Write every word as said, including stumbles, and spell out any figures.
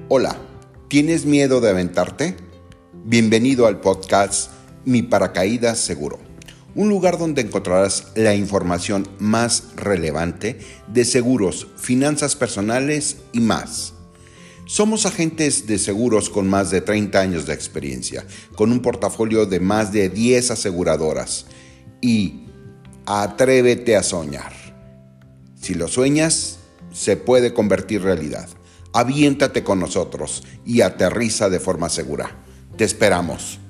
Hola, ¿tienes miedo de aventarte? Bienvenido al podcast Mi Paracaídas Seguro, un lugar donde encontrarás la información más relevante de seguros, finanzas personales y más. Somos agentes de seguros con más de treinta años de experiencia, con un portafolio de más de diez aseguradoras y atrévete a soñar. Si lo sueñas, se puede convertir en realidad. Aviéntate con nosotros y aterriza de forma segura. Te esperamos.